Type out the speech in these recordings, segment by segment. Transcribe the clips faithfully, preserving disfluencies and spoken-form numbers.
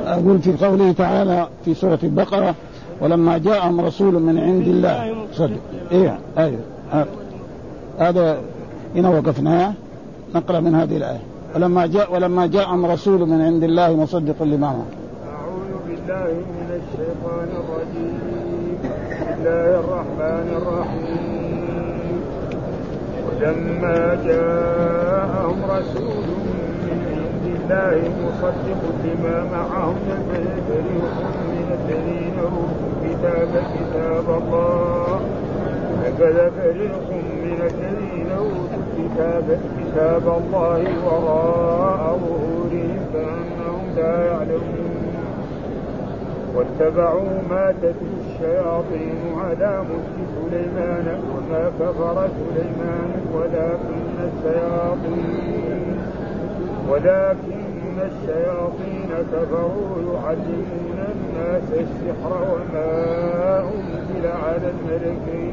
أقول في قوله تعالى في سورة البقرة ولما جاءهم رسول من عند الله صدق إيه أيوه هذا هنا وقفنا نقرأ من هذه الآية ولما جاء ولما جاءهم رسول من عند الله مصدق لما معه. أعوذ بالله من الشيطان الرجيم. بسم الله الرحمن الرحيم. ولما جاءهم رسول من عند الله مصدق لما معهم فريق من الذين أوتوا الكتاب كتاب الله نبذ فريق من الذين أوتوا الكتاب كتاب الله وراء ظهورهم كأنهم لا يعلمون واتبعوا ما تتلو الشياطين على ملك سليمان وما كفر سليمان ولكن الشياطين ولكن الشياطين كفروا يعلمون الناس السحر وما أنزل على الملكين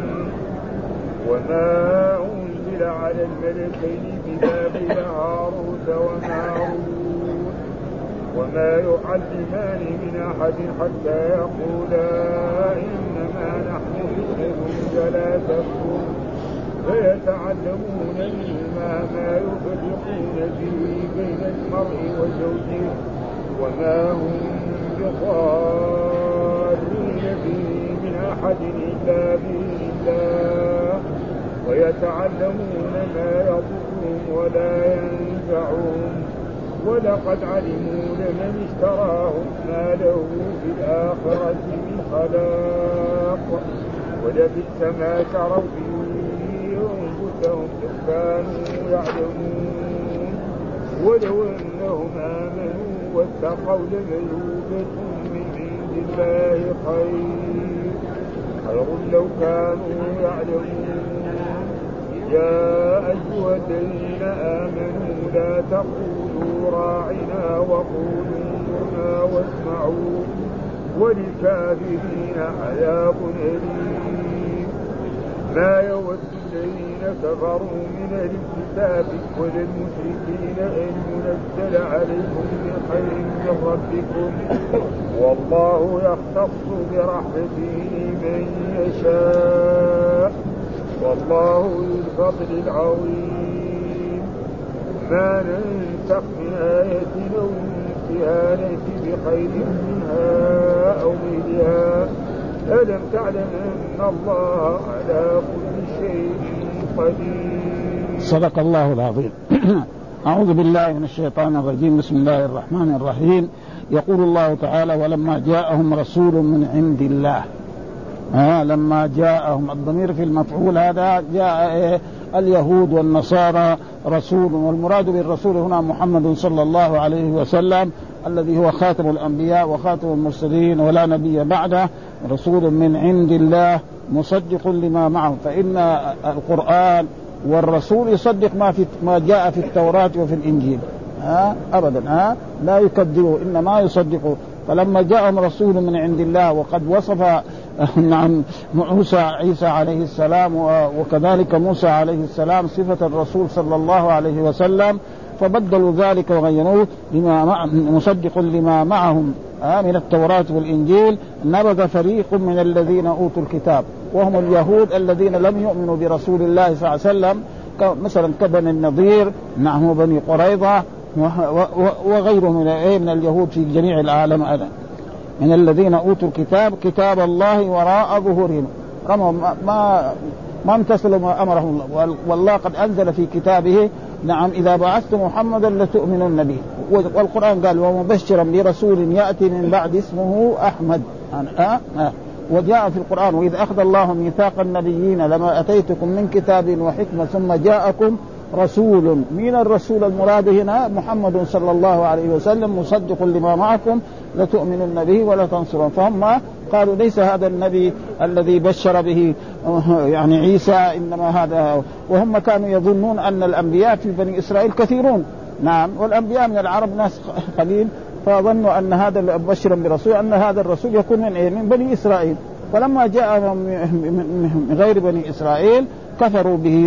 وما أنزل على الملكين ببابل هاروت وماروت وما يعلمان من أحد حتى يقولا إنما نحن فتنة فلا تكفر فيتعلمون منهما ما يفرقون به بين المرء وزوجه وما هم بضارين به من أحد إلا بإذن الله ويتعلمون ما يضرهم ولا ينفعهم ولقد علموا لمن اشتراه ما له في الآخرة من خلاق ولبئس ما شروا به أنفسهم لو كانوا يعلمون ولو أنهم آمنوا واتقوا لمثوبة من عند الله خير خير لو كانوا يعلمون. يا أيها الذين آمنوا لا تقولوا راعنا وقولوا انظرنا واسمعوا وللكافرين عذاب أليم. ما يود الذين كفروا من الكتاب ولا المشركين أن ينزل عليكم من خير من ربكم والله يختص برحمته من يشاء والله ذو الفضل العظيم. ما ننسخ من آية أو ننسها نأتي بخير منها أو مثلها ألم تعلم أن الله على كل شيء قدير. صدق الله العظيم. أعوذ بالله من الشيطان الرجيم. بسم الله الرحمن الرحيم. يقول الله تعالى ولما جاءهم رسول من عند الله. آه لما جاءهم الضمير في المفعول هذا جاء إيه اليهود والنصارى رسول والمراد بالرسول هنا محمد صلى الله عليه وسلم الذي هو خاتم الأنبياء وخاتم المرسلين ولا نبي بعده رسول من عند الله مصدق لما معه. فإن القرآن والرسول يصدق ما في ما جاء في التوراة وفي الإنجيل ها أبدا ها لا يكذبوا إنما يصدقوا. فلما جاءهم رسول من عند الله وقد وصف نعم موسى عيسى عليه السلام وكذلك موسى عليه السلام صفة الرسول صلى الله عليه وسلم فبدلوا ذلك وغيروه لما مصدق لما معهم من التوراة والإنجيل نبذ فريق من الذين أوتوا الكتاب وهم اليهود الذين لم يؤمنوا برسول الله صلى الله عليه وسلم مثلا كبني النضير نعم وبني قريظة وغيرهم من اليهود في جميع العالم هذا من الذين أوتوا الكتاب كتاب الله وراء ظهورهم رموا ما ما امتثلوا ما أمرهم الله. والله قد أنزل في كتابه نعم إذا بعثت محمدا لتؤمنن به والقرآن قال ومبشرا برسول يأتي من بعد اسمه أحمد أه؟ أه. وجاء في القرآن وإذ أخذ الله ميثاق النبيين لما أتيتكم من كتاب وحكمة ثم جاءكم رسول من الرسول المراد هنا محمد صلى الله عليه وسلم مصدق لما معكم لتؤمنن به ولا تنصرون. فهم قالوا ليس هذا النبي الذي بشر به يعني عيسى إنما هذا وهم كانوا يظنون أن الأنبياء في بني إسرائيل كثيرون نعم والأنبياء من العرب ناس قليل فظنوا أن هذا بشرا برسول أن هذا الرسول يكون من إيه من بني إسرائيل. فلما جاء من غير بني إسرائيل كفروا به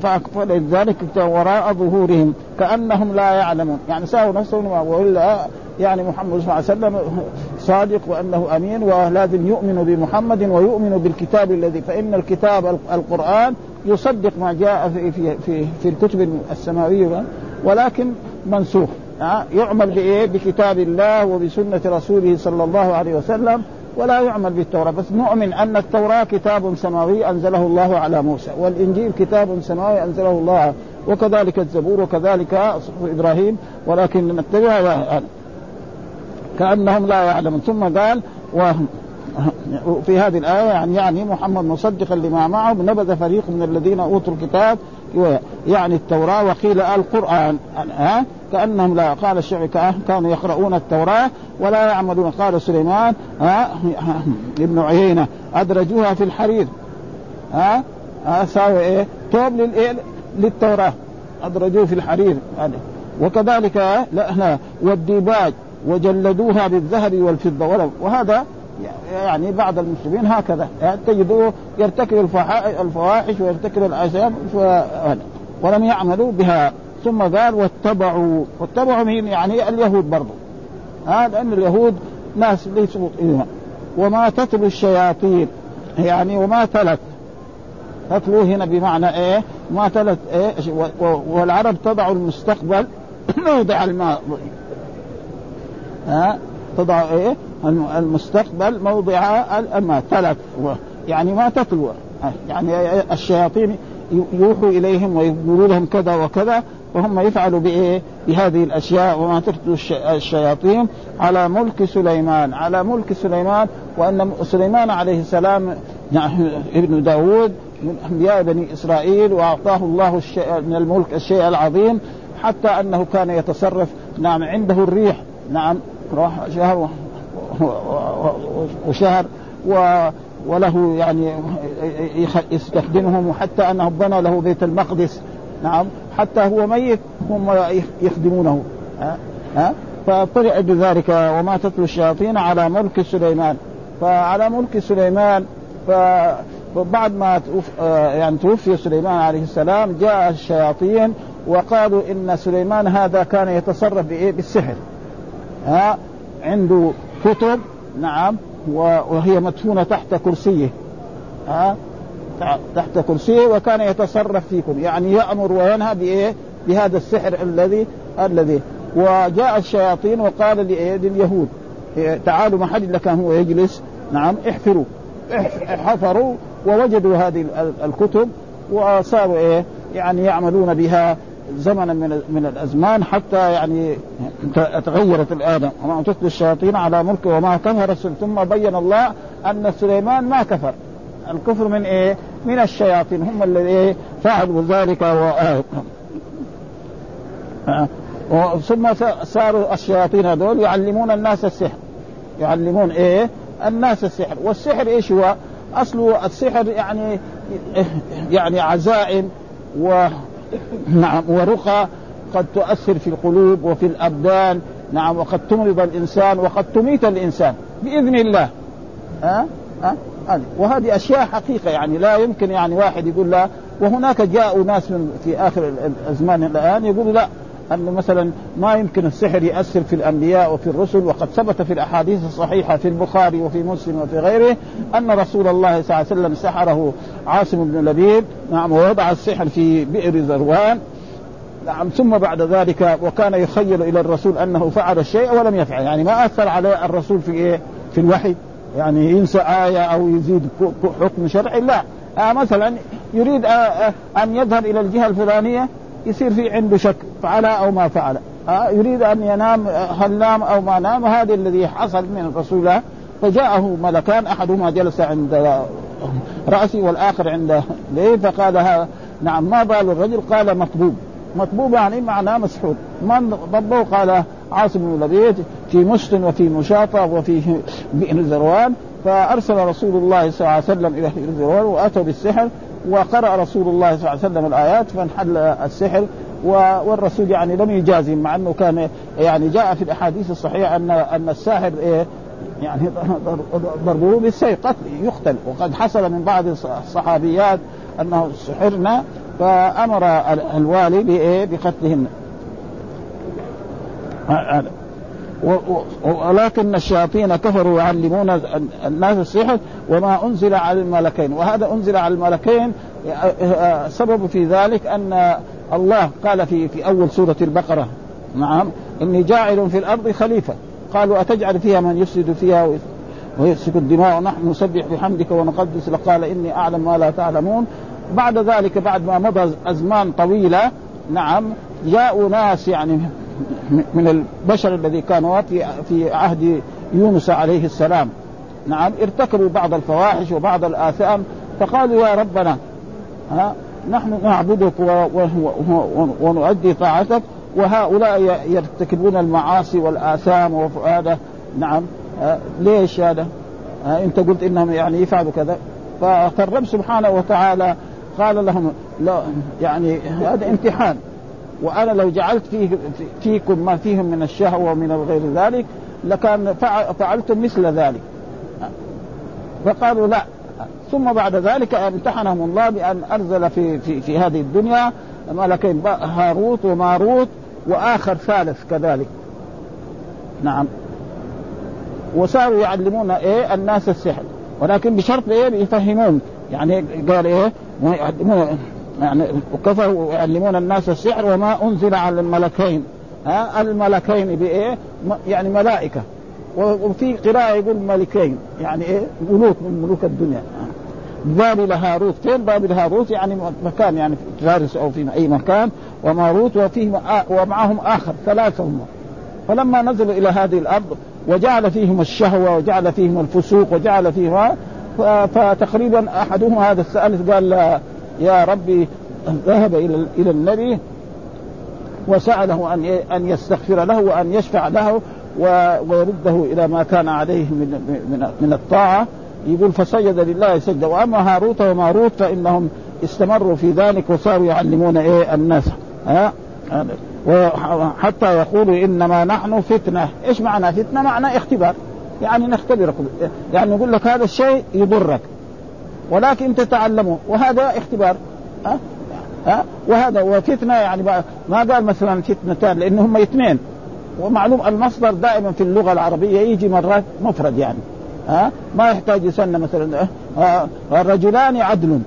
فلذلك وراء ظهورهم كأنهم لا يعلمون يعني ساووا نفسهم وإلا يعني محمد صلى الله عليه وسلم صادق وأنه أمين ولازم يؤمن بمحمد ويؤمن بالكتاب الذي، فإن الكتاب القرآن يصدق ما جاء في في في, في الكتب السماوية ولكن منسوخ. يعمل بإيه؟ بكتاب الله وبسنة رسوله صلى الله عليه وسلم، ولا يعمل بالتوراة. بس نؤمن أن التوراة كتاب سماوي أنزله الله على موسى، والإنجيل كتاب سماوي أنزله الله، وكذلك الزبور وكذلك صحف إبراهيم، ولكن نتبع كأنهم لا يعلمون. ثم قال وفي هذه الآية يعني, يعني محمد مصدقا لما معه نبذ فريق من الذين أوتوا الكتاب يعني التوراة وقيل القرآن ها كأنهم لا. قال الشعبي كانوا يقرؤون التوراة ولا يعملون. قال سليمان ها ابن عيينة أدرجوها في الحرير ها ها ساوي إيه توب للإيه للتوراة أدرجوه في الحرير. وكذلك لا لا والديباج وجلدوها بالذهب والفضة. وهذا يعني بعض المسلمين هكذا يعني تجدوه يرتكب الفواحش ويرتكب الآثام ولم يعملوا بها. ثم قال واتبعوا. واتبعوا مين؟ يعني اليهود برضو، هذا لأن اليهود ناس ليسوا إيمان. وما تتلو الشياطين يعني وما تلت. تتلو هنا بمعنى إيه؟ ما تلت إيه؟ والعرب تضع المستقبل موضع الماضي. ها تضع إيه المستقبل موضع ما تلت يعني ما تتلو. يعني الشياطين يوحوا إليهم ويقولوا لهم كذا وكذا وهم يفعلوا بإيه بهذه الأشياء. وما تتلو الشياطين على ملك سليمان على ملك سليمان. وأن سليمان عليه السلام ابن داود من أنبياء بني إسرائيل وأعطاه الله من الملك الشيء العظيم حتى أنه كان يتصرف نعم عنده الريح نعم راح شهر وشهر وله يعني يستخدمهم وحتى أنه بنى له بيت المقدس نعم حتى هو ميت هم يخدمونه ها ها فطلع بذلك. وما تتلو الشياطين على ملك سليمان. فعلى ملك سليمان فبعد ما يعني توفي سليمان عليه السلام جاء الشياطين وقالوا إن سليمان هذا كان يتصرف بإيه بالسحر. ها عنده كتب نعم وهي مدفونة تحت كرسيه ها تحت كرسيه وكان يتصرف فيكم يعني يأمر وينهى بإيه بهذا السحر الذي الذي وجاء الشياطين وقال لليهود تعالوا محل اللي كان هو يجلس نعم احفروا حفروا ووجدوا هذه الكتب وصاروا إيه يعني يعملون بها زمنا من من الأزمان حتى يعني تغيرت الآدم. وما تتلو الشياطين على ملك وما كفر. ثم بين الله أن سليمان ما كفر. الكفر من إيه من الشياطين هم الذين فعلوا ذلك. و ثم صاروا الشياطين هذول يعلمون الناس السحر. يعلمون إيه الناس السحر. والسحر إيش هو أصله؟ السحر يعني يعني عزائم و نعم ورقى قد تؤثر في القلوب وفي الأبدان نعم وقد تمرض الإنسان وقد تميت الإنسان بإذن الله. ها أه؟ أه؟ وهذه أشياء حقيقة يعني لا يمكن يعني واحد يقول لا. وهناك جاءوا ناس من في آخر الأزمان الآن يقولوا لا أنه مثلا ما يمكن السحر يأثر في الأنبياء وفي الرسل. وقد ثبت في الأحاديث الصحيحة في البخاري وفي مسلم وفي غيره أن رسول الله صلى الله عليه وسلم سحره عاصم بن لبيد نعم ووضع السحر في بئر ذروان نعم. ثم بعد ذلك وكان يخيل إلى الرسول أنه فعل الشيء ولم يفعل يعني ما أثر على الرسول في إيه في الوحي يعني ينسى آية أو يزيد حكم شرعي لا. آه مثلا يريد آه آه أن يذهب إلى الجهة الفلانية يصير في عنده شك فعل أو ما فعل. آه يريد أن ينام هل نام أو ما نام. هذا الذي حصل من الرسول. فجاءه ملكان أحدهما جلس عند رأسي والآخر عند ليه فقال نعم ما بال الرجل؟ قال مطبوب. مطبوب يعني معناه مسحور. من ضبه؟ قال عاصم بن لبيد في مسلم وفي مشاطة وفي بئر ذروان. فأرسل رسول الله صلى الله عليه وسلم إلى بئر ذروان وأتوا بالسحر وقرأ رسول الله صلى الله عليه وسلم الآيات فانحل السحر. والرسول يعني لم يجازم مع أنه كان يعني جاء في الأحاديث الصحيحة أن أن الساحر إيه يعني ضربوه بالسيف قتل يقتل. وقد حصل من بعض الصحابيات أنه سحرنا فأمر الوالي بإيه بقتلهن. ولكن الشياطين كفروا يعلمون الناس السحر وما أنزل على الملكين. وهذا أنزل على الملكين سبب في ذلك أن الله قال في في أول سورة البقرة نعم إني جاعل في الأرض خليفة، قالوا أتجعل فيها من يفسد فيها ويسفك الدماء ونحن نسبح بحمدك ونقدس لك قال إني أعلم ما لا تعلمون. بعد ذلك بعد ما مضى أزمان طويلة نعم جاءوا ناس يعني من البشر الذي كانوا في عهد يونس عليه السلام نعم ارتكبوا بعض الفواحش وبعض الآثام، فقالوا يا ربنا ها نحن نعبدك ونؤدي طاعتك وهؤلاء يرتكبون المعاصي والآثام وهذا نعم ليش هذا انت قلت انهم يعني يفعلوا كذا. فالرب سبحانه وتعالى قال لهم لا يعني هذا امتحان، وأنا لو جعلت فيه فيكم ما فيهم من الشهوة ومن غير ذلك لكان فعلتم مثل ذلك. فقالوا لا. ثم بعد ذلك امتحنهم الله بأن أرسل في, في, في هذه الدنيا ملكين هاروت وماروت وآخر ثالث كذلك نعم، وصاروا يعلمون إيه الناس السحر، ولكن بشرط إيه يفهمون يعني قال إيه يعني وكفروا يعلمون الناس السحر وما أنزل على الملكين. ها الملكين بإيه يعني ملائكة، وفي قراءة يقول ملكين يعني إيه ملوك من ملوك الدنيا. بابل هاروت، فين بابل هاروت يعني مكان يعني في فارس أو في أي مكان، وماروت وفيهم ومعهم آخر ثلاثة هم. فلما نزلوا إلى هذه الأرض وجعل فيهم الشهوة وجعل فيهم الفسوق وجعل فيها فتقريبا أحدهم هذا الثالث قال يا ربي ذهب إلى إلى النبي وسأله أن أن يستغفر له وأن يشفع له ويرده إلى ما كان عليه من من من الطاعة. يقول فسجد لله سجدة. وأما هاروت وماروت فإنهم استمروا في ذلك وصاروا يعلمون إيه الناس ها وحتى يقولوا إنما نحن فتنة. إيش معنى فتنة؟ معنى اختبار، يعني نختبرك، يعني نقول لك هذا الشيء يضرك ولكن تتعلمه، وهذا اختبار ها ها وهذا وفتنة يعني ما قال مثلا فتنتان لأنه هم اثنين، ومعلوم المصدر دائما في اللغة العربية يجي مرات مفرد يعني ها ما يحتاج يسمى مثلا الرجلان عدل،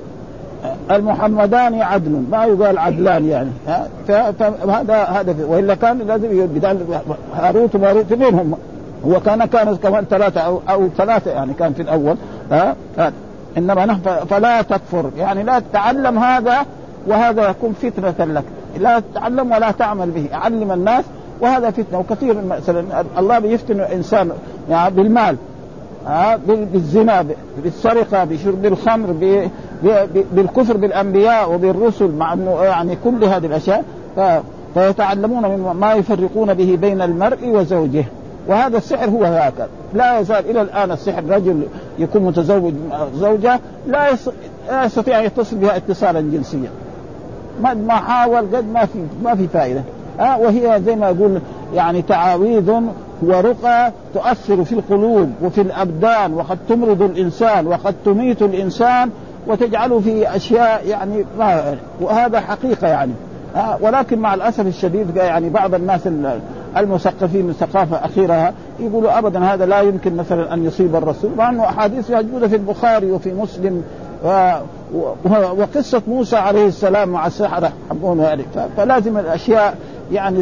المحمدان عدل، ما يقال عدلان يعني فهذا هذا وإلا كان لازم بدال هاروت وماروت منهم هو كان كانوا كمان ثلاثة أو أو ثلاثة يعني كان في الأول ها إنما نحن فلا تكفر يعني لا تتعلم هذا وهذا يكون فتنة لك، لا تتعلم ولا تعمل به، علم الناس وهذا فتنة. وكثير مثلا الله بيفتن الإنسان يعني بالمال ها بالزنا بالسرقة بشرب الخمر بالكفر بالأنبياء وبالرسل، مع أنه يعني كل هذه الأشياء فيتعلمون ما يفرقون به بين المرء وزوجه. وهذا السحر هو هكذا لا يزال إلى الآن السحر. رجل يكون متزوج زوجة لا يستطيع أن يتصل بها اتصالا جنسيا، ما حاول قد ما في ما في فائدة ها وهي زي ما يقول يعني تعاويذ ورقى تؤثر في القلوب وفي الأبدان، وقد تمرض الإنسان وقد تميت الإنسان وتجعله في أشياء يعني ما وهذا حقيقة يعني ها. ولكن مع الأسف الشديد يعني بعض الناس المثقفين من ثقافة أخيرة يقولوا أبدا هذا لا يمكن مثلا أن يصيب الرسول، مع أنه أحاديث موجودة في البخاري وفي مسلم و... و... وقصة موسى عليه السلام مع السحرة حقون هذه. فلازم الأشياء يعني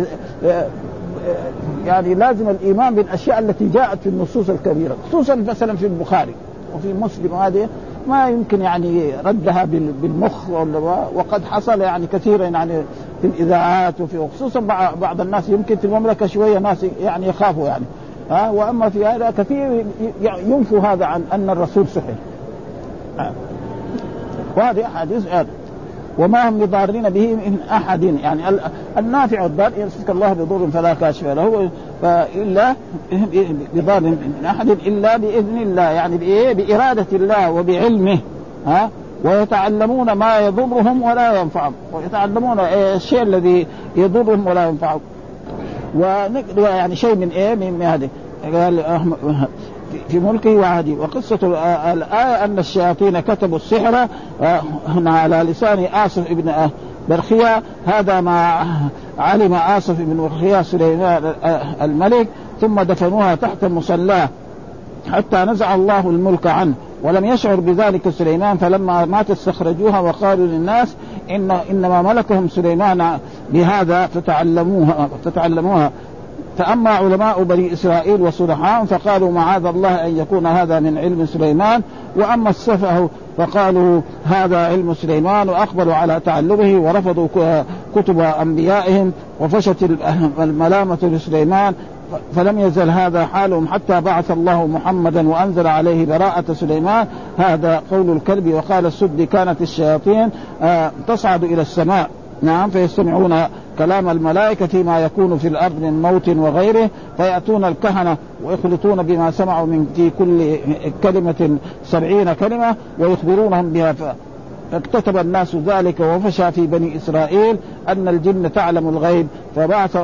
يعني لازم الإيمان بالأشياء التي جاءت في النصوص الكبيرة، خصوصا مثلا في البخاري وفي مسلم وهذه ما يمكن يعني ردها بالمخ، وقد حصل يعني كثيرا يعني في الإذاعات وفي وخصوصا بعض الناس يمكن في المملكة شوية ناس يعني يخافوا يعني ها. وأما في هذا كثير ينفوا هذا عن أن الرسول سحر ها. وهذه أحاديث هذا وما هم بضارين به من أحد يعني النافع والضار يمسك الله بضر فلا كاشف له إلا بضار من أحد إلا بإذن الله يعني بإيه بإرادة الله وبعلمه ها. ويتعلمون ما يضرهم ولا ينفعهم، ويتعلمون الشيء الذي يضرهم ولا ينفعهم. ويعني شيء من إيه من هذه قال في ملكه وعهده. وقصة الآية أن الشياطين كتبوا السحر هنا على لسان آصف ابن برخية هذا ما علم آصف بن برخية سليمان الملك، ثم دفنوها تحت مصلاه حتى نزع الله الملك عنه، ولم يشعر بذلك سليمان، فلما مات استخرجوها وقالوا للناس إن إنما ملكهم سليمان بهذا فتعلموها فتعلموها فأما علماء بني إسرائيل وصلحاء فقالوا معاذ الله أن يكون هذا من علم سليمان، وأما السفه فقالوا هذا علم سليمان، وأقبلوا على تعلمه ورفضوا كتب أنبيائهم، وفشت الملامة لسليمان، فلم يزل هذا حالهم حتى بعث الله محمدا وأنزل عليه براءة سليمان. هذا قول الكلب. وقال السدي كانت الشياطين تصعد إلى السماء نعم فيستمعون كلام الملائكة فيما يكون في الأرض من موت وغيره، فيأتون الكهنة ويخلطون بما سمعوا من في كل كلمة سبعين كلمة ويخبرونهم بها، فاكتتب الناس ذلك وفشى في بني إسرائيل أن الجن تعلم الغيب، فبعث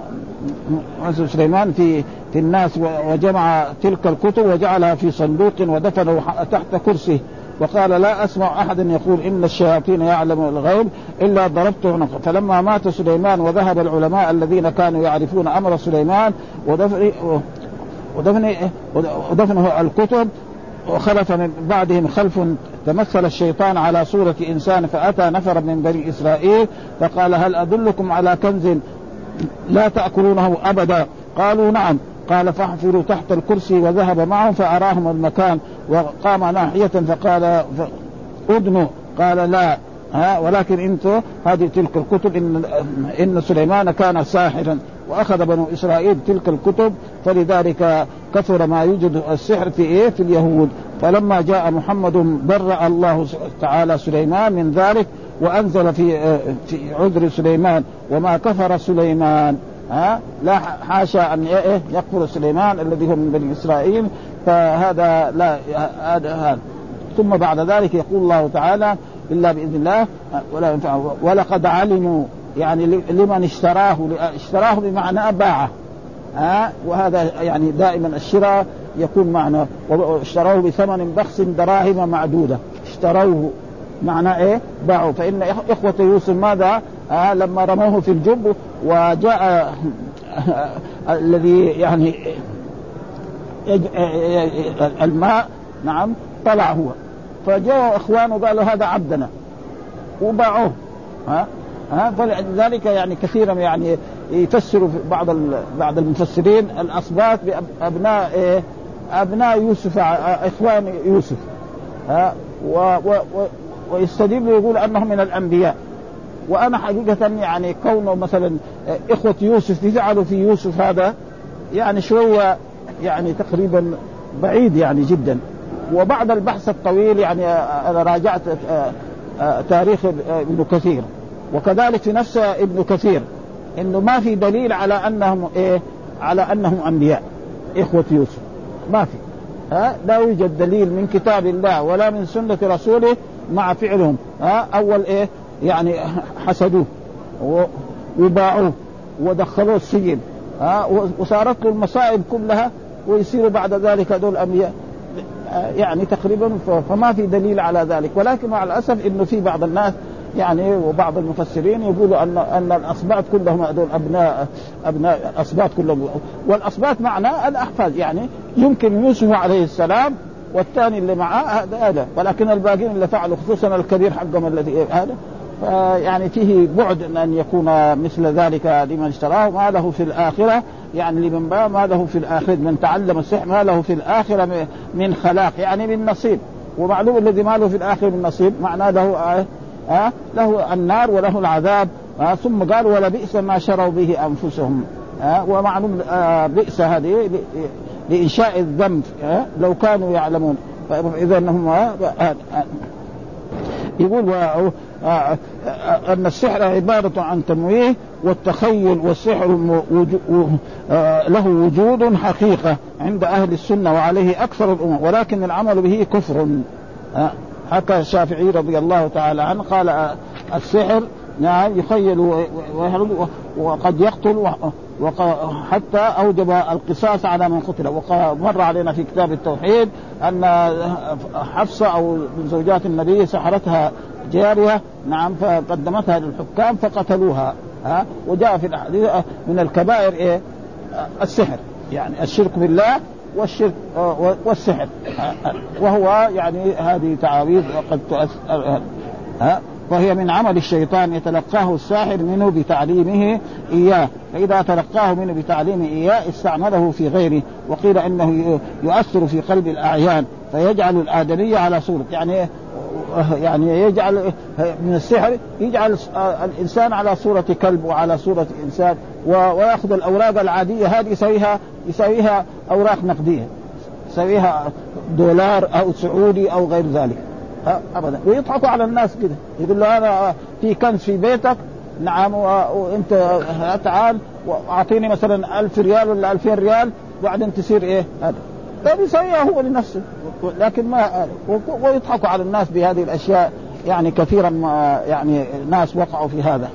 سليمان في في الناس وجمع تلك الكتب وجعلها في صندوق ودفنه تحت كرسيه، وقال لا أسمع أحد يقول إن الشياطين يعلم الغيب إلا ضربته عنقه. فلما مات سليمان وذهب العلماء الذين كانوا يعرفون أمر سليمان ودفن ودفن ودفنه الكتب، وخلف من بعدهم خلف تمثل الشيطان على صورة إنسان، فأتى نفر من بني إسرائيل فقال هل أدلكم على كنز لا تأكلونه أبدا؟ قالوا نعم. قال فاحفروا تحت الكرسي، وذهب معهم فأراهم المكان، وقام ناحية فقال أدنوا، قال لا ها ولكن انتم هذه تلك الكتب، إن, إن سليمان كان ساحرا، وأخذ بنو إسرائيل تلك الكتب، فلذلك كثر ما يوجد السحر في إيه في اليهود. فلما جاء محمد برأ الله تعالى سليمان من ذلك وأنزل في في عذر سليمان وما كفر سليمان ها لا حاشا أن يكفر سليمان الذي هو من بني إسرائيل، فهذا لا هذا. ثم بعد ذلك يقول الله تعالى إلا بإذن الله ولا ينفعه ولقد علموا، يعني لمن اشتراه، اشتراه بمعنى باعه ها، وهذا يعني دائما الشراء يكون معنى اشتروه بثمن بخس دراهم معدودة، اشتروه معنى ايه باعوا. فإن إخوة يوسف ماذا آه لما رموه في الجب وجاء الذي يعني الماء نعم طلع هو، فجاءوا إخوانه قالوا هذا عبدنا وباعوه ها ها. فلذلك يعني كثيرا يعني يفسروا في بعض بعض المفسرين الأصباط بأبناء إيه أبناء يوسف إخوان يوسف ها، و و ويستدل يقول أنهم من الأنبياء. وأنا حقيقة يعني كونه مثلا إخوة يوسف يفعلوا في يوسف هذا يعني شوية يعني تقريبا بعيد يعني جدا. وبعد البحث الطويل يعني أنا راجعت تاريخ ابن كثير وكذلك في نفس ابن كثير إنه ما في دليل على أنهم إيه على أنهم أنبياء إخوة يوسف، ما في ها، لا يوجد دليل من كتاب الله ولا من سنة رسوله مع فعلهم ها. أول إيه يعني حسدوه وباعوه ودخلوه السجن ها، وصارت له المصائب كلها، ويصيروا بعد ذلك هذول أنبياء يعني تقريبا. فما في دليل على ذلك. ولكن مع الأسف إنه في بعض الناس يعني وبعض المفسرين يقولوا أن أن الأصباط كلهم هذول أبناء أبناء أصباط كلهم، والأصباط معناه الأحفاد، يعني يمكن يوسف عليه السلام والثاني اللي معاه هذا، ولكن الباقين اللي فعلوا خصوصا الكبير حقهم الذي هذا يعني فيه بعد أن يكون مثل ذلك لمن اشتراه. ما له في الآخرة يعني لمن باع ما له في الآخرة، من تعلم السحر ما له في الآخرة من خلاق يعني من نصيب. ومعلوم الذي ما له في الآخرة من نصيب معناه له آه آه له النار وله العذاب آه. ثم قال ولا بئس ما شروا به أنفسهم آه. ومعلوم آه بئس هذه لإنشاء الذنب آه لو كانوا يعلمون. فإذا هم آه آه يقول آه آه أن السحر عبارة عن تمويه والتخيل، والسحر له وجود حقيقة عند أهل السنة وعليه أكثر الأمم، ولكن العمل به كفر. حكى الشافعي رضي الله تعالى عنه قال السحر يخيل وقد يقتل حتى أوجب القصاص على من قتل. ومر علينا في كتاب التوحيد أن حفصة أو من زوجات النبي سحرتها جارية نعم فقدمتها للحكام فقتلوها. ها وجاء في الأحاديث من الكبائر إيه السحر، يعني الشرك بالله والشرك والسحر، وهو يعني هذه تعاويذ قد تؤثر، ها فهي من عمل الشيطان يتلقاه الساحر منه بتعليمه إياه، فإذا تلقاه منه بتعليمه إياه استعمله في غيره. وقيل إنه يؤثر في قلب الأعيان فيجعل الآدمية على صورة، يعني يعني يجعل من السحر يجعل الإنسان على صورة كلب وعلى صورة إنسان، ويأخذ الأوراق العادية هذه يسويها يسويها أوراق نقدية، يسويها دولار أو سعودي أو غير ذلك أبدا، ويضحكوا على الناس كده، يقول له أنا في كنز في بيتك نعم وأنت تعال وأعطيني مثلا ألف ريال ولا ألفين ريال وبعدين تصير إيه هذا، ده بيسويها هو لنفسه، لكن ما ويضحكوا على الناس بهذه الأشياء. يعني كثيرا ما يعني ناس وقعوا في هذا.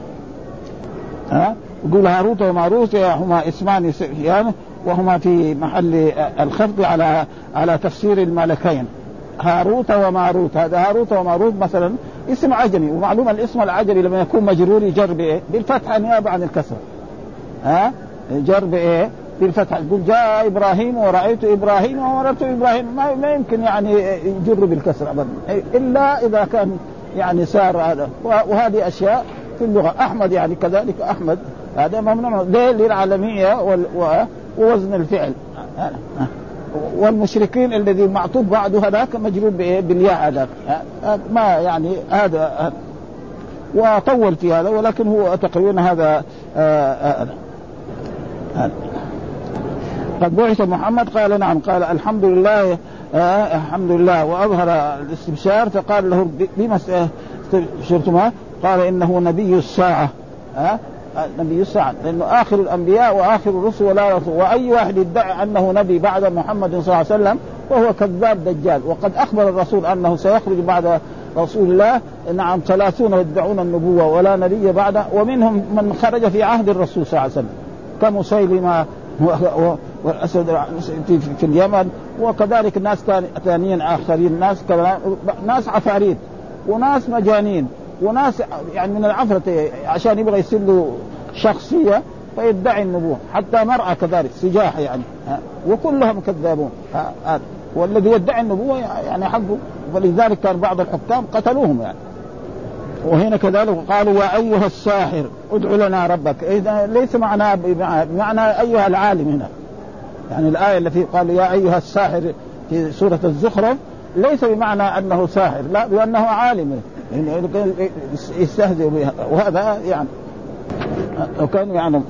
ها يقول هاروت وماروت هما اسمان يعني وهما في محل الخفض على على تفسير الملكين هاروت وماروت. هذا هاروت وماروت مثلا اسم عجمي، ومعلوم الاسم العجمي لما يكون مجرور يجر بايه بالفتحه نيابه عن الكسر. ها جر بايه بالفتحه، يقول جاء ابراهيم ورأيت ابراهيم ومررت ابراهيم، ما, ما يمكن يعني يجر بالكسر ابدا الا اذا كان يعني سار هذا. وهذه اشياء في اللغه. احمد يعني كذلك احمد هذا ممنوع ليه للعالميه ووزن الفعل. والمشركين الذي معطوف بعده هذاك مجرور بالياء هذاك ما يعني هذا، وطول في هذا ولكن هو تقريبا هذا آآ آآ قد بعث محمد قال نعم، قال الحمد لله الحمد لله وأظهر الاستبشار، فقال له بما استبشرتما؟ قال إنه نبي الساعة. ها نبي الساعة لأنه آخر الأنبياء وآخر الرسل ولا رسول، وأي واحد يدعي أنه نبي بعد محمد صلى الله عليه وسلم وهو كذاب دجال. وقد أخبر الرسول أنه سيخرج بعد رسول الله نعم ثلاثون يدعون النبوة ولا نبي بعد، ومنهم من خرج في عهد الرسول صلى الله عليه وسلم كمسيلمة والأسد في اليمن، وكذلك الناس ثانيين آخرين، ناس ناس عفاريت وناس مجانين وناس يعني من العفرة عشان يبغى يصير له شخصية فيدعي النبوة، حتى مرأة كذلك سجاح يعني، وكلهم كذابون. والذي يدعي النبوة يعني حقه، فلذلك كان بعض الحكام قتلوهم يعني. وهنا كذلك قالوا يا أيها الساحر ادع لنا ربك، إذا ليس معناه بمعنى أيها العالم هنا، يعني الآية التي قال يا أيها الساحر في سورة الزخرف ليس بمعنى أنه ساحر، لا بأنه عالم يعني يستهزئ بها، وهذا يعني وكان يعني.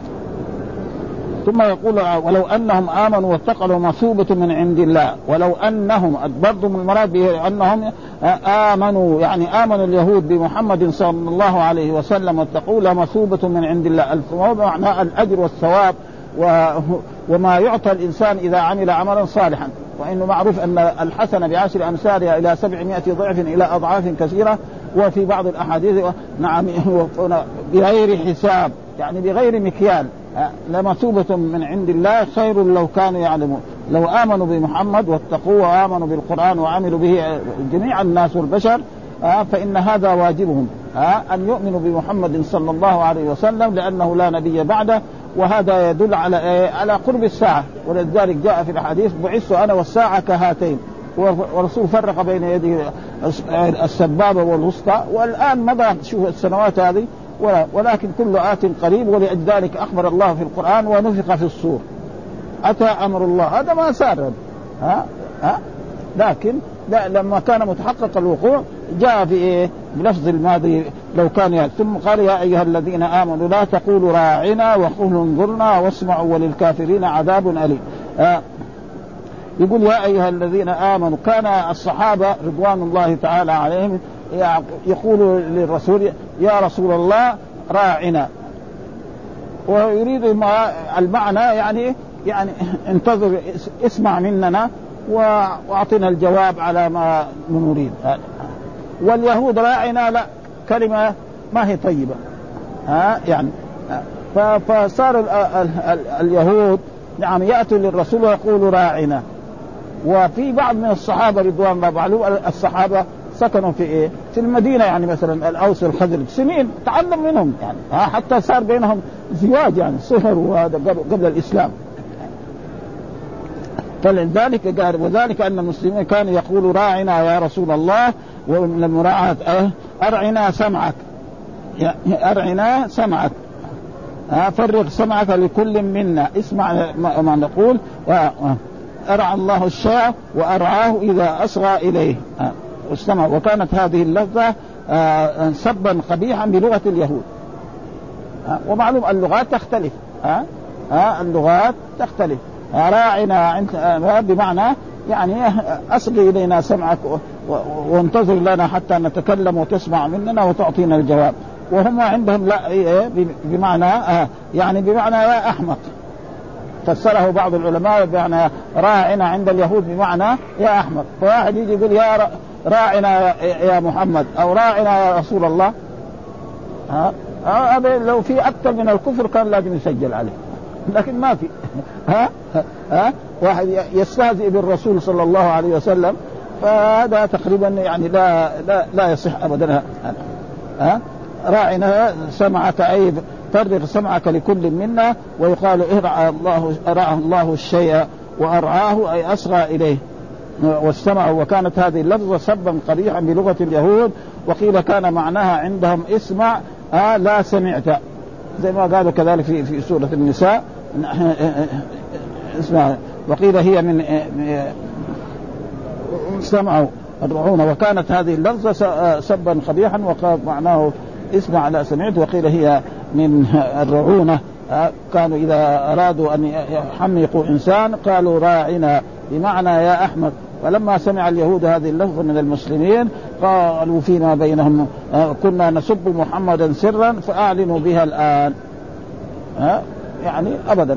ثم يقول ولو أنهم آمنوا واتقوا مثوبة من عند الله، ولو أنهم برضو من المراد بأنهم آمنوا يعني آمنوا اليهود بمحمد صلى الله عليه وسلم واتقوا لمثوبة من عند الله. الثواب معناه الأجر والثواب وما يعطى الإنسان إذا عمل عملا صالحا، وإنه معروف أن الحسنة بعشر أمثالها إلى سبعمائة ضعف إلى أضعاف كثيرة. وفي بعض الأحاديث نعم بغير حساب يعني بغير مكيال، لمثوبة من عند الله خير لو كانوا يعلمون. لو آمنوا بمحمد واتقوا وآمنوا بالقرآن وعملوا به جميع الناس والبشر فإن هذا واجبهم أن يؤمنوا بمحمد صلى الله عليه وسلم لأنه لا نبي بعده. وهذا يدل على على قرب الساعة، ولذلك جاء في الحديث بعثت أنا والساعة كهاتين، والرسول فرق بين يده السبابة والوسطى. والآن مضى شوف السنوات هذه ولكن كل آت قريب، ولذلك أخبر الله في القرآن ونفخ في الصور أتى أمر الله. هذا ما صار ها ها لكن لما كان متحقق الوقوع جاء في إيه بلفظ الماضي لو كان يعني. ثم قال يا أيها الذين آمنوا لا تقولوا راعنا وقولوا انظرنا واسمعوا وللكافرين عذاب أليم. آه يقول يا أيها الذين آمنوا. كان الصحابة رضوان الله تعالى عليهم يقول للرسول يا رسول الله راعنا، ويريد المعنى يعني يعني انتظر اسمع مننا واعطنا الجواب على ما نريد. واليهود راعنا لا كلمة ما هي طيبة ها يعني. فصار اليهود نعم يأتوا للرسول ويقولوا راعنا. وفي بعض من الصحابة رضوان الله عليهم الصحابة سكنوا في إيه في المدينة، يعني مثلا الأوس والخزرج سنين تعلم منهم يعني، ها حتى صار بينهم زواج يعني صهر، وهذا قبل الإسلام. فلذلك قال وذلك أن المسلمين كانوا يقولوا راعنا يا رسول الله، ومن المراعاة أرعنا سمعك، أرعنا سمعك، فرغ سمعك لكل منا، اسمع ما نقول. أرعى الله الشاة وأرعاه إذا أصغى إليه واستمع. وكانت هذه اللفظة سبا قبيحا بلغة اليهود. ومعلوم اللغات تختلف، اللغات تختلف. راعنا بمعنى يعني أصغي إلينا سمعك وانتظر لنا حتى نتكلم وتسمع مننا وتعطينا الجواب. وهم عندهم لا بمعنى يعني بمعنى يا أحمق، فسره بعض العلماء بمعنى راعنا عند اليهود بمعنى يا أحمق. فواحد يجي يقول يا راعنا يا محمد أو راعنا يا رسول الله، هذا لو في أكثر من الكفر كان لازم يسجل عليه، لكن ما في. ها ها واحد يستهزئ بالرسول صلى الله عليه وسلم، فهذا تقريبا يعني لا لا لا يصح أبدا. ها راعنا سمعك أي فرغ سمعك لكل منا. ويقال ارعى الله ارعى الله الشيء وأرعاه أي أصغى إليه واستمعوا. وكانت هذه اللفظة سبا قبيحا بلغة اليهود. وقيل كان معناها عندهم اسمع آه لا سمعت، زي ما قالوا كذلك في في سورة النساء اسمع. وقيل هي من سمعوا الرعون. وكانت هذه اللفظة سبا قبيحا وقال معناه اسمع لا سمعت. وقيل هي من الرعونة، كانوا إذا أرادوا أن يحمقوا إنسان قالوا راعنا بمعنى يا أحمد. فلما سمع اليهود هذه اللفظة من المسلمين قالوا فيما بينهم كنا نسب محمدا سرا فأعلنوا بها الآن. ها يعني أبدا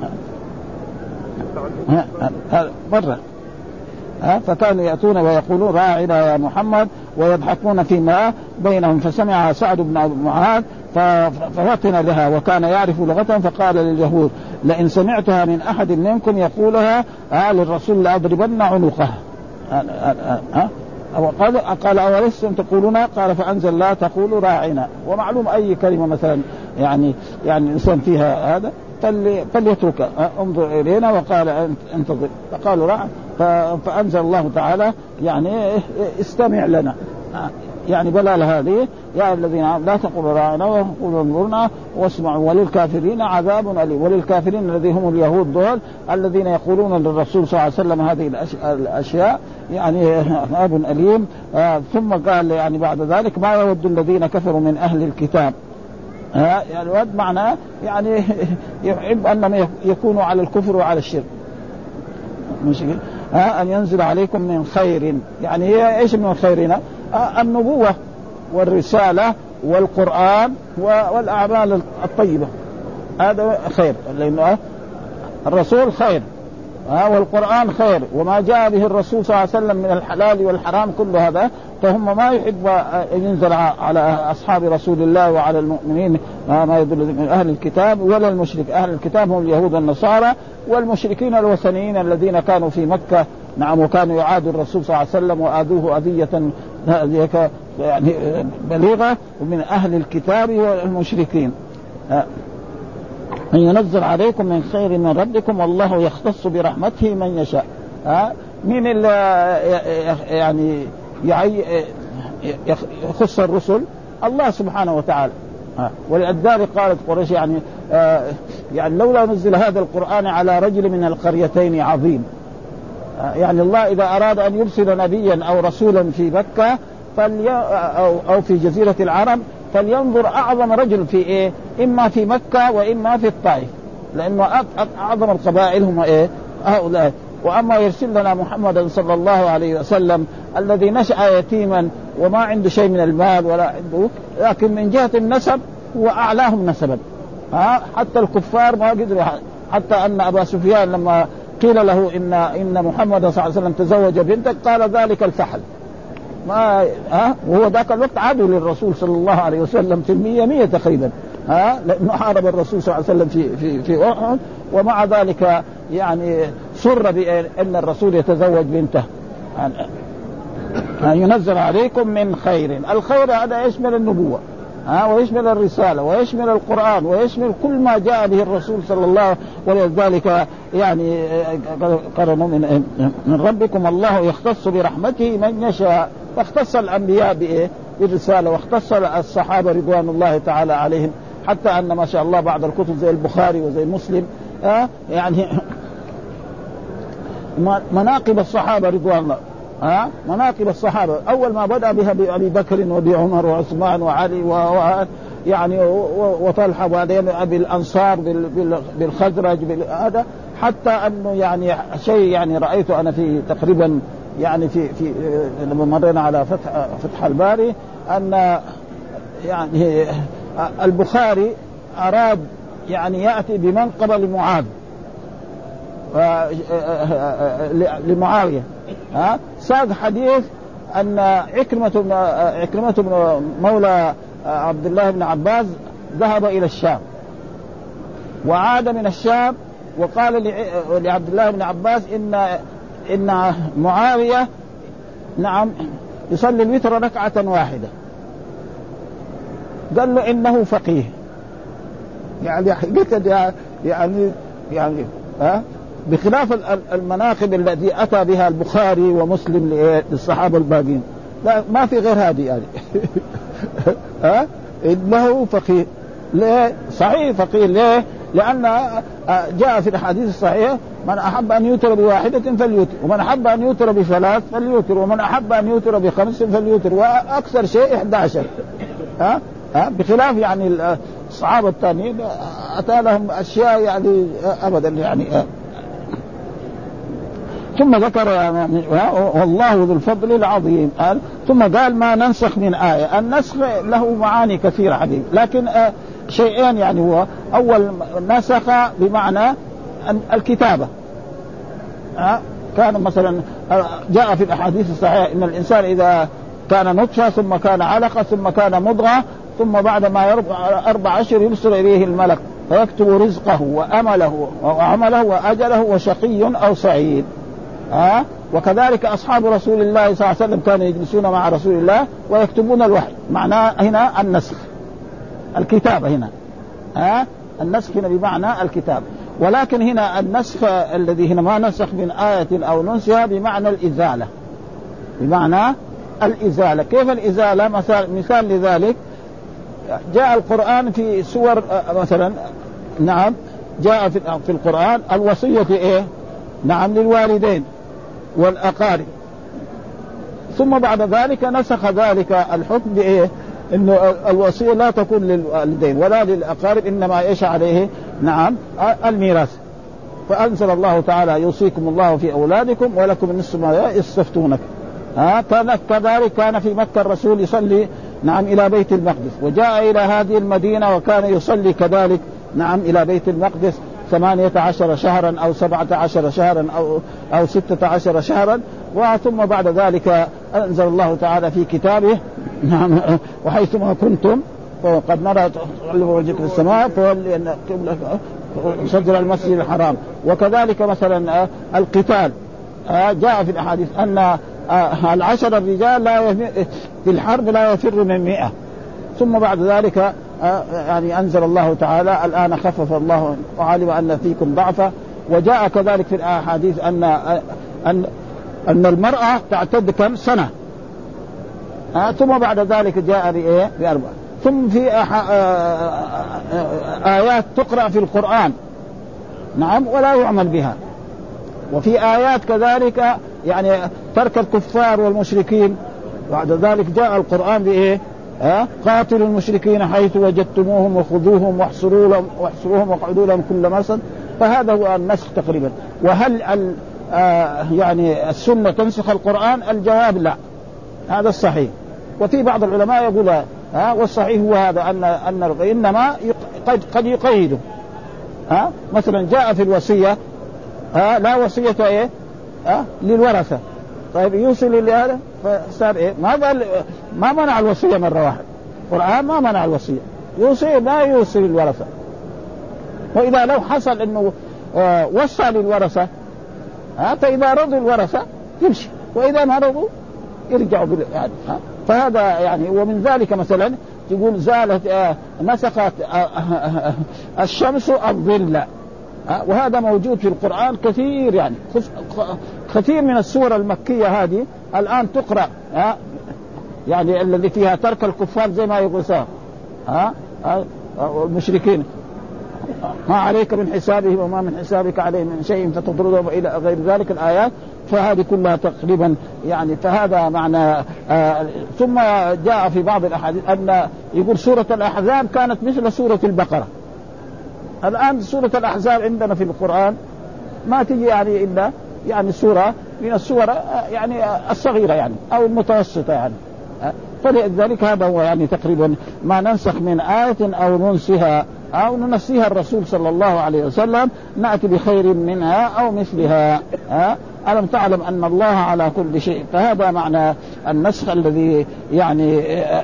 مرة. ها فكانوا يأتون ويقولون راعنا يا محمد ويضحكون فيما بينهم. فسمع سعد بن معاذ ففطن لها وكان يعرف لغتهم، فقال لليهود لئن سمعتها من أحد منكم يقولها آل الرسول لأضربن عنقه. قال قال أولستم تقولون؟ قال فأنزل لا تقولوا راعنا. ومعلوم أي كلمة مثلا يعني يعني الإنسان فيها هذا فليترك انظر إلينا وقال انتظر، فقالوا راع. فأنزل الله تعالى يعني استمع لنا، يعني بلال هذه يا الذين لا تقولوا راعنا وقولوا انظرنا واسمعوا وللكافرين عذاب أليم. وللكافرين الذين هم اليهود دول الذين يقولون للرسول صلى الله عليه وسلم هذه الأشياء يعني عذاب أليم. آه ثم قال يعني بعد ذلك ما يود الذين كفروا من أهل الكتاب. آه يعني ود معناه يعني يحب أنهم يكونوا على الكفر وعلى الشرك، مش آه أن ينزل عليكم من خير. يعني هي إيش من خيرنا؟ آه النبوة والرسالة والقرآن والأعمال الطيبة، هذا خير، لأنه الرسول خير آه والقرآن خير، وما جاء به الرسول صلى الله عليه وسلم من الحلال والحرام كل هذا. فهم ما يحب أن ينزل على أصحاب رسول الله وعلى المؤمنين ما يدل من أهل الكتاب ولا المشرك. أهل الكتاب هم اليهود النصارى والمشركين الوثنيين الذين كانوا في مكة. نعم وكانوا يعادوا الرسول صلى الله عليه وسلم وآذوه أذية يعني بليغة. ومن أهل الكتاب والمشركين أن ينزل عليكم من خير من ربكم والله يختص برحمته من يشاء. ها من يعني يخص الرسل الله سبحانه وتعالى. ولذلك قالت قريش يعني يعني لولا نزل هذا القرآن على رجل من القريتين عظيم. يعني الله إذا أراد أن يرسل نبيا أو رسولا في مكة فلي أو أو في جزيرة العرب فلينظر أعظم رجل في إيه، إما في مكة وإما في الطائف، لأنه أعظم القبائل هم إيه هؤلاء. وأما يرسل لنا محمدا صلى الله عليه وسلم الذي نشأ يتيما وما عنده شيء من المال ولا عنده، لكن من جهة النسب هو أعلاهم نسبا. ها حتى الكفار ما قدروا، حتى أن أبا سفيان لما قيل له إن إن محمد صلى الله عليه وسلم تزوج بنتك قال ذلك الفحل. ما ها وهو ذاك الوقت عدو للرسول صلى الله عليه وسلم في المية مية تقريبا، ها لأنه حارب الرسول صلى الله عليه وسلم في في في أحد، ومع ذلك يعني سر بأن الرسول يتزوج بنته. ينزل عليكم من خير. الخير هذا يشمل النبوة ها ويشمل الرسالة ويشمل القرآن ويشمل كل ما جاء به الرسول صلى الله عليه وسلم. ولذلك يعني قرنوا من, من ربكم الله يختص برحمته من يشاء. فاختص الأنبياء بإيه؟ بالرسالة، واختص الصحابة رضوان الله تعالى عليهم، حتى أن ما شاء الله بعض الكتب زي البخاري وزي مسلم ها يعني مناقب الصحابة رضوان الله ها مناقب الصحابة أول ما بدأ بها بأبي بكر وبعمر وعثمان وعلي و يعني وطلحة وبعدين أبي الأنصار بالخزرج هذا، حتى أنه يعني شيء يعني رأيت أنا في تقريبا يعني في في لما مرينا على فتح فتح الباري أن يعني البخاري أراد يعني يأتي بمنقبة لمعاذ لمعاوية ها ساق حديث أن عكرمة عكرمة بن مولى عبد الله بن عباس ذهب إلى الشام وعاد من الشام وقال لعبد الله بن عباس إن إن معاوية نعم يصلي الوتر ركعة واحدة. قال له إنه فقيه يعني حقيقة يعني يعني ها بخلاف المناقب التي أتى بها البخاري ومسلم للصحابة الباقين، لا ما في غير هذه يعني ها إنه فقيه. ليه صحيح فقيه؟ ليه؟ لأن جاء في الحديث الصحيح من أحب أن يوتر بواحدة فليوتر، ومن أحب أن يوتر بثلاث فليوتر، ومن أحب أن يوتر بخمس فليوتر، وأكثر شيء إحدى عشر ها ها بخلاف يعني الصحابة الثانيين أتى لهم أشياء يعني أبدا يعني. ثم ذكر والله ذو الفضل العظيم قال ثم قال ما ننسخ من آية. النسخ له معاني كثيرة حبيب، لكن شيئين يعني هو أول نسخ بمعنى الكتابة كان مثلا جاء في الأحاديث الصحيحة إن الإنسان إذا كان نطفة ثم كان علقة ثم كان مضغة ثم بعد ما أربع أشهر يرسل إليه الملك فيكتب رزقه وأمله وعمله وأجله وشقي أو سعيد. ها وكذلك أصحاب رسول الله صلى الله عليه وسلم كانوا يجلسون مع رسول الله ويكتبون الوحي. معناه هنا النسخ الكتابة هنا ها النسخ هنا بمعنى الكتاب. ولكن هنا النسخ الذي هنا ما نسخ من آية أو ننسها بمعنى الإزالة، بمعنى الإزالة. كيف الإزالة؟ مثال, مثال لذلك جاء القرآن في سور مثلا نعم جاء في, في القرآن الوصية إيه؟ نعم للوالدين والأقارب، ثم بعد ذلك نسخ ذلك الحكم بإيه؟ إنه الوصية لا تكون للوالدين ولا للأقارب، إنما إيش عليه؟ نعم الميراث. فأنزل الله تعالى يوصيكم الله في أولادكم ولكم النصف ما يستفتونك. ها كذلك كان في مكة الرسول يصلي نعم إلى بيت المقدس، وجاء إلى هذه المدينة وكان يصلي كذلك نعم إلى بيت المقدس ثمانية عشر شهرا أو سبعة عشر شهرا أو أو ستة عشر شهرا. وثم بعد ذلك أنزل الله تعالى في كتابه نعم وحيثما كنتم فقد نرى تقلب وجهك في السماء فولي أن صدر المسجد الحرام. وكذلك مثلا القتال جاء في الأحاديث أن العشر الرجال لا في الحرب لا يفر من مئة. ثم بعد ذلك يعني أنزل الله تعالى الآن خفف الله وعلم أن فيكم ضعفا. وجاء كذلك في الأحاديث أن أن أن المرأة تعتد كم سنة. ثم بعد ذلك جاء بإيه؟ بأربعة. ثم في آيات تقرأ في القرآن نعم ولا يعمل بها، وفي آيات كذلك يعني ترك الكفار والمشركين. بعد ذلك جاء القرآن بإيه؟ ها قاتلوا المشركين حيث وجدتموهم وخذوهم واحصروهم واحصروهم واقعدوا لهم كل مرصد. فهذا هو النسخ تقريبا. وهل ال آه يعني السنة تنسخ القرآن؟ الجواب لا، هذا الصحيح. وفي بعض العلماء يقول ها والصحيح هو هذا أن أن إنما قد قد يقيده. ها مثلا جاء في الوصية ها لا وصية إيه ها للورثة، طيب يوصل لهذا فصار إيه ما ما منع الوصية مرة واحدة. القرآن ما منع الوصية، يوصي ما يوصي للورثة. وإذا لو حصل إنه وصى للورثة ها فإذا رضوا الورثة يمشي، وإذا ما رضوا يرجعوا بال... يعني فهذا يعني. ومن ذلك مثلا تقول زالت آه مسخت آه آه الشمس الظل، وهذا موجود في القرآن كثير يعني. كثير من السور المكية هذه الآن تقرأ يعني الذي فيها ترك الكفار زي ما يقول سام ها المشركين ما عليك من حسابهم وما من حسابك عليه من شيء فتطردهم إلى غير ذلك الآيات. فهذه كلها تقريبا يعني. فهذا معنى آه ثم جاء في بعض الأحاديث أن يقول سورة الأحزاب كانت مثل سورة البقرة. الآن سورة الأحزاب عندنا في القرآن ما تجي يعني إلا يعني سورة من السور يعني الصغيرة يعني أو المتوسطة يعني. فلذلك هذا هو يعني تقريبا ما ننسخ من آية أو ننسها أو ننسيها الرسول صلى الله عليه وسلم نأتي بخير منها أو مثلها. ألم تعلم أن الله على كل شيء. فهذا معنى النسخ الذي يعني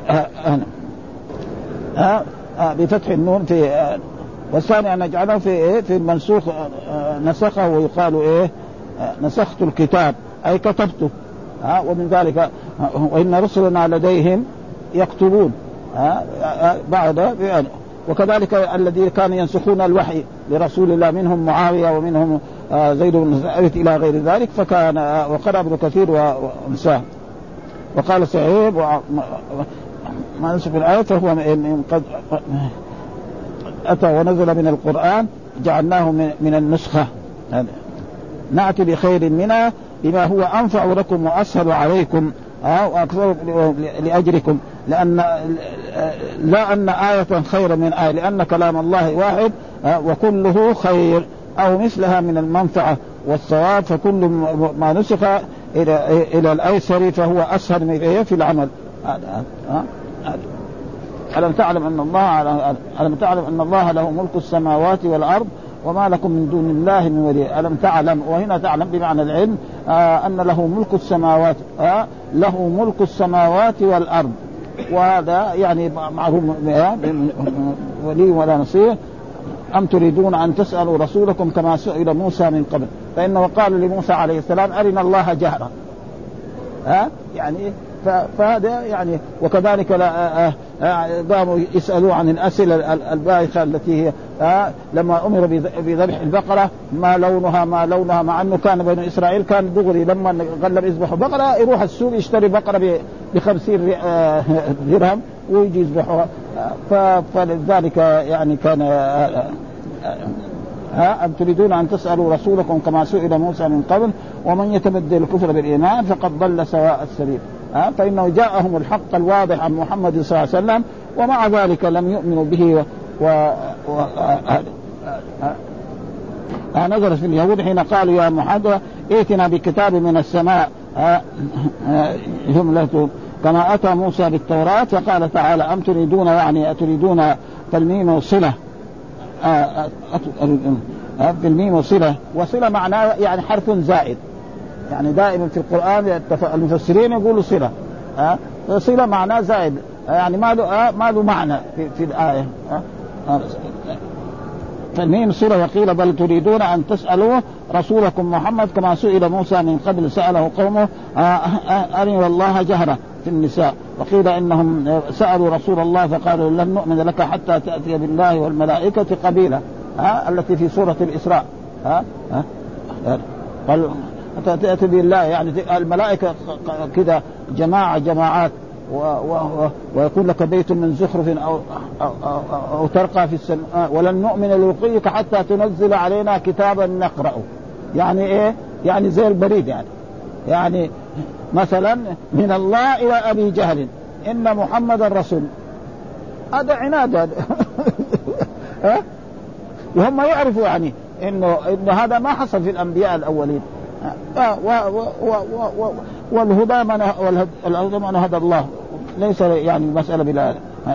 بفتح النون في. والثاني أن نجعله في إيه في المنسوخ نسخه ويقال إيه نسخت الكتاب أي كتبته. ها ومن ذلك وإن رسلنا لديهم يكتبون ها بعد يعني. وكذلك الذي كانوا ينسخون الوحي لرسول الله منهم معاوية ومنهم زيد بن ثابت إلى غير ذلك. فكان وقرأ ابن كثير وانساه وقال سعيد ما نسخ الآية فهو قد أتى ونزل من القرآن جعلناه من النسخة. نأتي بخير منها بما هو أنفع لكم وأسهل عليكم وأكثر لأجركم. لأن لا أن آية خير من آية لأن كلام الله واحد وكله خير أو مثلها من المنفعة والصواب. فكل ما نسخ إلى إلى الأيسر فهو أسهل من في العمل. ألم تعلم أن الله ألم تعلم أن الله له ملك السماوات والأرض وما لكم من دون الله من ولي. ألم تعلم وهنا تعلم بمعنى العلم آه أن له ملك السماوات آه له ملك السماوات والأرض. وهذا يعني معروف ولي ولا نصير. أم تريدون أن تسألوا رسولكم كما سئل موسى من قبل فإنه قال لموسى عليه السلام أرنا الله جهرا ها يعني. فهذا يعني. وكذلك قاموا يسألوا عن الأسئلة البايخة التي هي لما أمر بذبح البقرة ما لونها ما لونها مع أنه كان بني إسرائيل كان دغري لما غلب يذبحوا بقرة يروح السوق يشتري بقرة بخمسين درهم ويجي يذبحها. فلذلك يعني كان ها أم تريدون أن تسألوا رسولكم كما سئل موسى من قبل ومن يتبدل الكفر بالإيمان فقد ضل سواء السبيل. ها فإنه جاءهم الحق الواضح عن محمد صلى الله عليه وسلم ومع ذلك لم يؤمنوا به. و... و... نزل في اليهود حين قالوا يا محمد ائتنا بكتاب من السماء جملة كما أتى موسى بالتوراة. فقال تعالى أم تريدون يعني أتريدون تلميم صلة بالميم وصلة. وصلة معناه يعني حرف زائد يعني دائما في القرآن المفسرين يقولوا صلة ها صلة معناه زائد يعني ما له ما له معنى في, في الآية. فالميم صلة. وقيل بل تريدون أن تسألوا رسولكم محمد كما سئل موسى من قبل سأله قومه أرنا الله جهرة في النساء. وقيل إنهم سألوا رسول الله فقالوا لن نؤمن لك حتى تأتي بالله والملائكة قبيلة ها التي في سورة الإسراء ها ها قال تأتي بالله يعني الملائكة كذا جماعة جماعات و و ويكون لك بيت من زخرف أو, أو, أو, أو ترقى في السماء ولن نؤمن لرقيك حتى تنزل علينا كتابا نقرأه. يعني إيه يعني زي البريد يعني يعني مثلا من الله إلى أبي جهل إن محمد رسول. هذا عناد هذا وهم يعرفوا يعني إنه, إنه هذا ما حصل في الأنبياء الأولين. والهدى من هدى الله ليس يعني مسألة بلا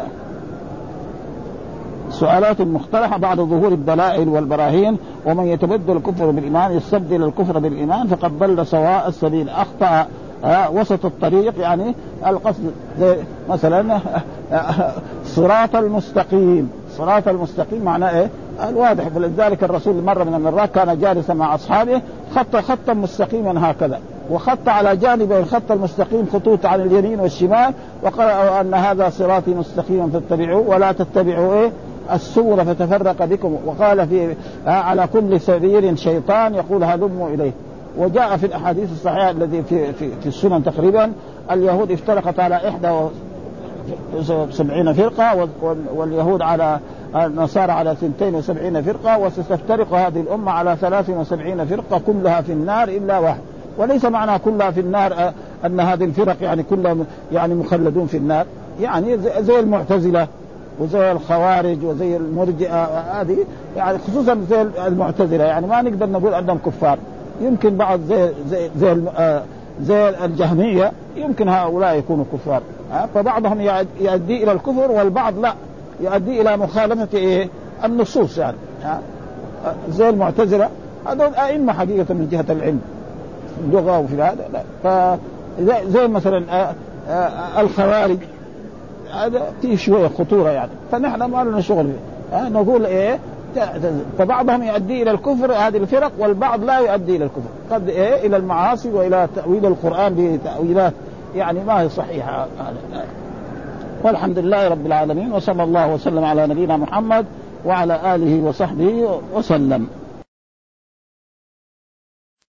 سؤالات مختلفة بعد ظهور الدلائل والبراهين. ومن يتبدل الكفر بالإيمان يستبدل الكفر بالإيمان فقد ضل سواء السبيل. أخطأ وسط الطريق يعني القصد مثلا صراط المستقيم. صراط المستقيم معناه إيه الواضح. فلذلك الرسول مرة من المرات كان جالسا مع أصحابه خط خطا مستقيما هكذا وخط على جانب الخط المستقيم خطوط عن اليمين والشمال، وقال أن هذا صراطي مستقيما فاتبعوه ولا تتبعوا إيه السبل فتفرق بكم. وقال في على كل سبيل شيطان يقول هلموا إليه. وجاء في الأحاديث الصحيحة الذي في, في, في السنن تقريبا اليهود افترقت على إحدى وسبعين فرقة واليهود على النصارى على اثنتين وسبعين فرقة، وستفترق هذه الأمة على ثلاث وسبعين فرقة كلها في النار إلا واحد. وليس معنى كلها في النار أن هذه الفرق يعني كلها يعني مخلدون في النار، يعني زي المعتزلة وزي الخوارج وزي المرجئة هذه يعني خصوصا زي المعتزلة يعني ما نقدر نقول أنهم كفار. يمكن بعض زي زي زي, زي الجهمية يمكن هؤلاء يكونوا كفار، فبعضهم يؤدي إلى الكفر والبعض لا يؤدي إلى مخالفة إيه النصوص يعني زي المعتزلة هذول أئمة حقيقة من جهة العلم اللغة وفي هذا لا. فزي مثلا الخوارج هذا فيه شوية خطورة يعني، فنحن ما لنا شغل فيه نقول إيه فبعضهم يؤدي إلى الكفر هذه الفرق والبعض لا يؤدي إلى الكفر قد إيه إلى المعاصي وإلى تأويل القرآن بتأويلات يعني ما هي صحيحة. والحمد لله رب العالمين، وصلى الله وسلم على نبينا محمد وعلى آله وصحبه وسلم.